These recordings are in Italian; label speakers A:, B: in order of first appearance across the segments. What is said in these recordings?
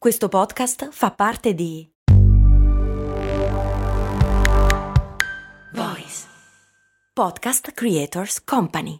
A: Questo podcast fa parte di Voice Podcast Creators Company.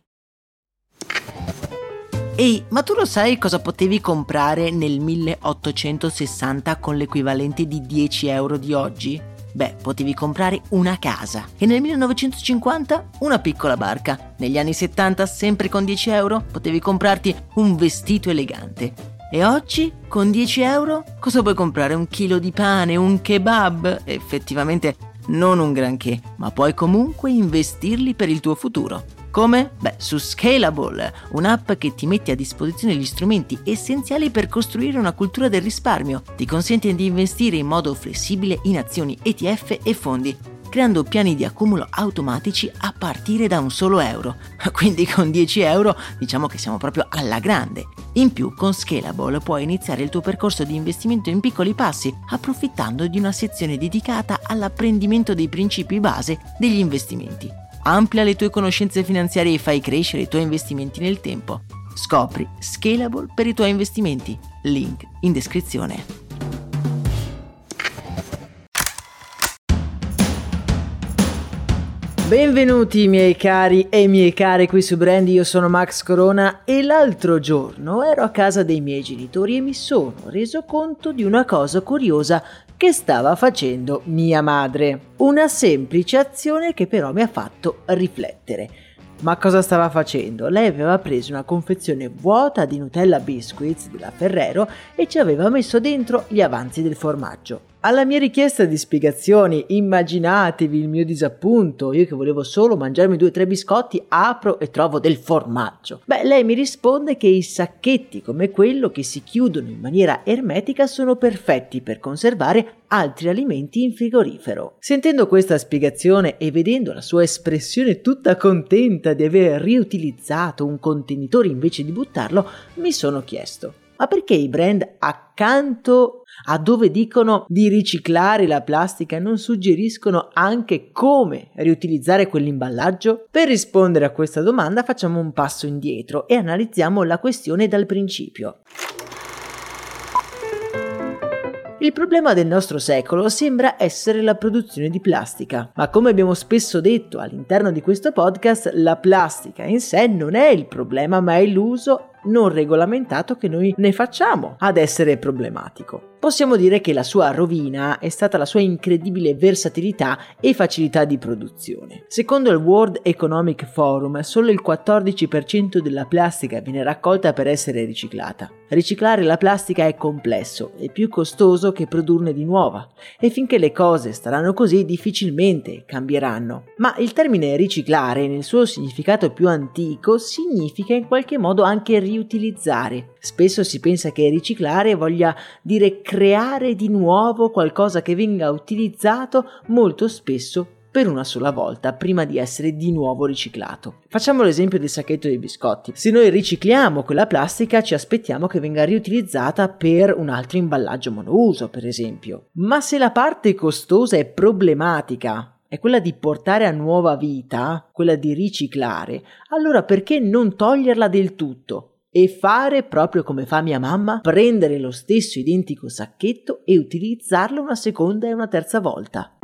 B: Ehi, ma tu lo sai cosa potevi comprare nel 1860 con l'equivalente di 10 euro di oggi? Beh, potevi comprare una casa e nel 1950 una piccola barca. Negli anni 70, sempre con 10 euro, potevi comprarti un vestito elegante. E oggi, con 10 euro, cosa puoi comprare? Un chilo di pane, un kebab? Effettivamente non un granché, ma puoi comunque investirli per il tuo futuro. Come? Beh, su Scalable, un'app che ti mette a disposizione gli strumenti essenziali per costruire una cultura del risparmio. Ti consente di investire in modo flessibile in azioni, ETF e fondi, creando piani di accumulo automatici a partire da un solo euro. Quindi con 10 euro diciamo che siamo proprio alla grande. In più, con Scalable puoi iniziare il tuo percorso di investimento in piccoli passi, approfittando di una sezione dedicata all'apprendimento dei principi base degli investimenti. Amplia le tue conoscenze finanziarie e fai crescere i tuoi investimenti nel tempo. Scopri Scalable per i tuoi investimenti. Link in descrizione. Benvenuti miei cari e mie care qui su Brand, io sono Max Corona e l'altro giorno ero a casa dei miei genitori e mi sono reso conto di una cosa curiosa che stava facendo mia madre. Una semplice azione che però mi ha fatto riflettere. Ma cosa stava facendo? Lei aveva preso una confezione vuota di Nutella Biscuits della Ferrero e ci aveva messo dentro gli avanzi del formaggio. Alla mia richiesta di spiegazioni, immaginatevi il mio disappunto, io che volevo solo mangiarmi 2 o 3 biscotti, apro e trovo del formaggio. Beh, lei mi risponde che i sacchetti come quello che si chiudono in maniera ermetica sono perfetti per conservare altri alimenti in frigorifero. Sentendo questa spiegazione e vedendo la sua espressione tutta contenta di aver riutilizzato un contenitore invece di buttarlo, mi sono chiesto: ma perché i brand accanto a dove dicono di riciclare la plastica non suggeriscono anche come riutilizzare quell'imballaggio? Per rispondere a questa domanda facciamo un passo indietro e analizziamo la questione dal principio. Il problema del nostro secolo sembra essere la produzione di plastica, ma come abbiamo spesso detto all'interno di questo podcast, la plastica in sé non è il problema, ma è l'uso non regolamentato che noi ne facciamo ad essere problematico. Possiamo dire che la sua rovina è stata la sua incredibile versatilità e facilità di produzione. Secondo il World Economic Forum, solo il 14% della plastica viene raccolta per essere riciclata. Riciclare la plastica è complesso e più costoso che produrne di nuova, e finché le cose staranno così difficilmente cambieranno. Ma il termine riciclare, nel suo significato più antico, significa in qualche modo anche riutilizzare. Spesso si pensa che riciclare voglia dire creare di nuovo qualcosa che venga utilizzato molto spesso per una sola volta prima di essere di nuovo riciclato. Facciamo l'esempio del sacchetto dei biscotti. Se noi ricicliamo quella plastica ci aspettiamo che venga riutilizzata per un altro imballaggio monouso, per esempio. Ma se la parte costosa e problematica è quella di portare a nuova vita, quella di riciclare, allora perché non toglierla del tutto? E fare proprio come fa mia mamma, prendere lo stesso identico sacchetto e utilizzarlo una seconda e una terza volta.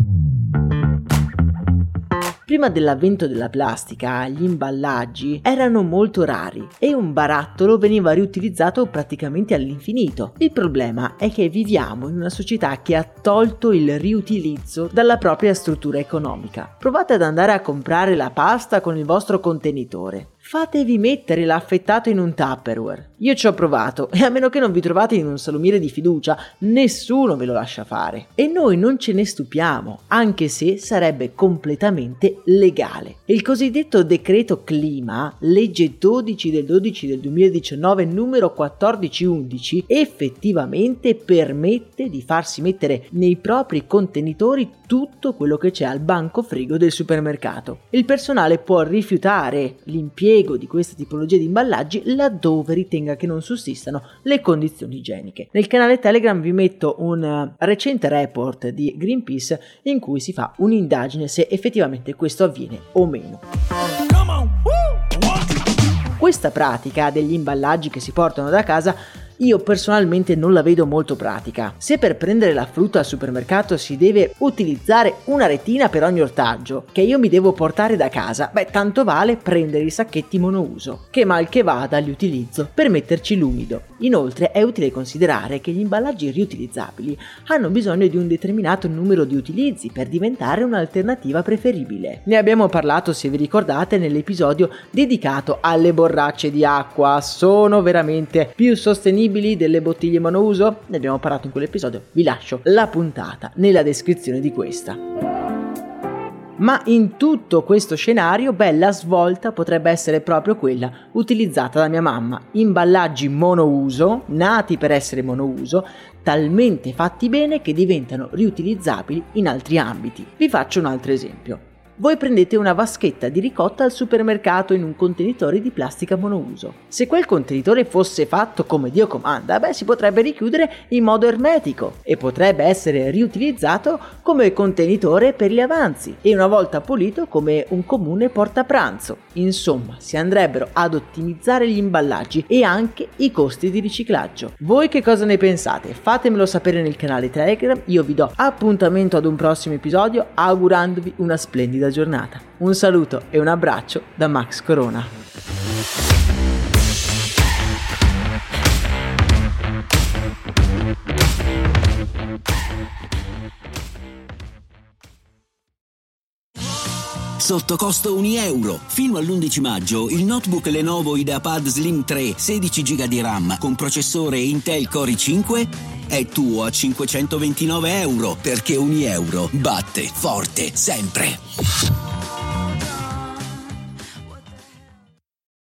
B: Prima dell'avvento della plastica, gli imballaggi erano molto rari e un barattolo veniva riutilizzato praticamente all'infinito. Il problema è che viviamo in una società che ha tolto il riutilizzo dalla propria struttura economica. Provate ad andare a comprare la pasta con il vostro contenitore. Fatevi mettere l'affettato in un Tupperware. Io ci ho provato e a meno che non vi trovate in un salumiere di fiducia, nessuno ve lo lascia fare. E noi non ce ne stupiamo, anche se sarebbe completamente legale. Il cosiddetto decreto clima, legge 12 del 12 del 2019 numero 1411, effettivamente permette di farsi mettere nei propri contenitori tutto quello che c'è al banco frigo del supermercato. Il personale può rifiutare l'impiego di questa tipologia di imballaggi laddove ritenga che non sussistano le condizioni igieniche. Nel canale Telegram vi metto un recente report di Greenpeace in cui si fa un'indagine se effettivamente questo avviene o meno. Questa pratica degli imballaggi che si portano da casa io personalmente non la vedo molto pratica. Se per prendere la frutta al supermercato si deve utilizzare una retina per ogni ortaggio che io mi devo portare da casa, tanto vale prendere i sacchetti monouso, che mal che vada li utilizzo per metterci l'umido. Inoltre è utile considerare che gli imballaggi riutilizzabili hanno bisogno di un determinato numero di utilizzi per diventare un'alternativa preferibile. Ne abbiamo parlato, se vi ricordate, nell'episodio dedicato alle borracce di acqua. Sono veramente più sostenibili delle bottiglie monouso? Ne abbiamo parlato in quell'episodio, vi lascio la puntata nella descrizione di questa. Ma in tutto questo scenario, la svolta potrebbe essere proprio quella utilizzata da mia mamma. Imballaggi monouso, nati per essere monouso, talmente fatti bene che diventano riutilizzabili in altri ambiti. Vi faccio un altro esempio. Voi prendete una vaschetta di ricotta al supermercato in un contenitore di plastica monouso. Se quel contenitore fosse fatto come Dio comanda, si potrebbe richiudere in modo ermetico e potrebbe essere riutilizzato come contenitore per gli avanzi e una volta pulito come un comune portapranzo. Insomma, si andrebbero ad ottimizzare gli imballaggi e anche i costi di riciclaggio. Voi che cosa ne pensate? Fatemelo sapere nel canale Telegram, io vi do appuntamento ad un prossimo episodio augurandovi una splendida giornata. Un saluto e un abbraccio da Max Corona.
C: Sotto costo €1. Fino all'11 maggio il notebook Lenovo IdeaPad Slim 3 16 GB di RAM con processore Intel Core i5 è tuo a €529, perché €1 batte forte sempre.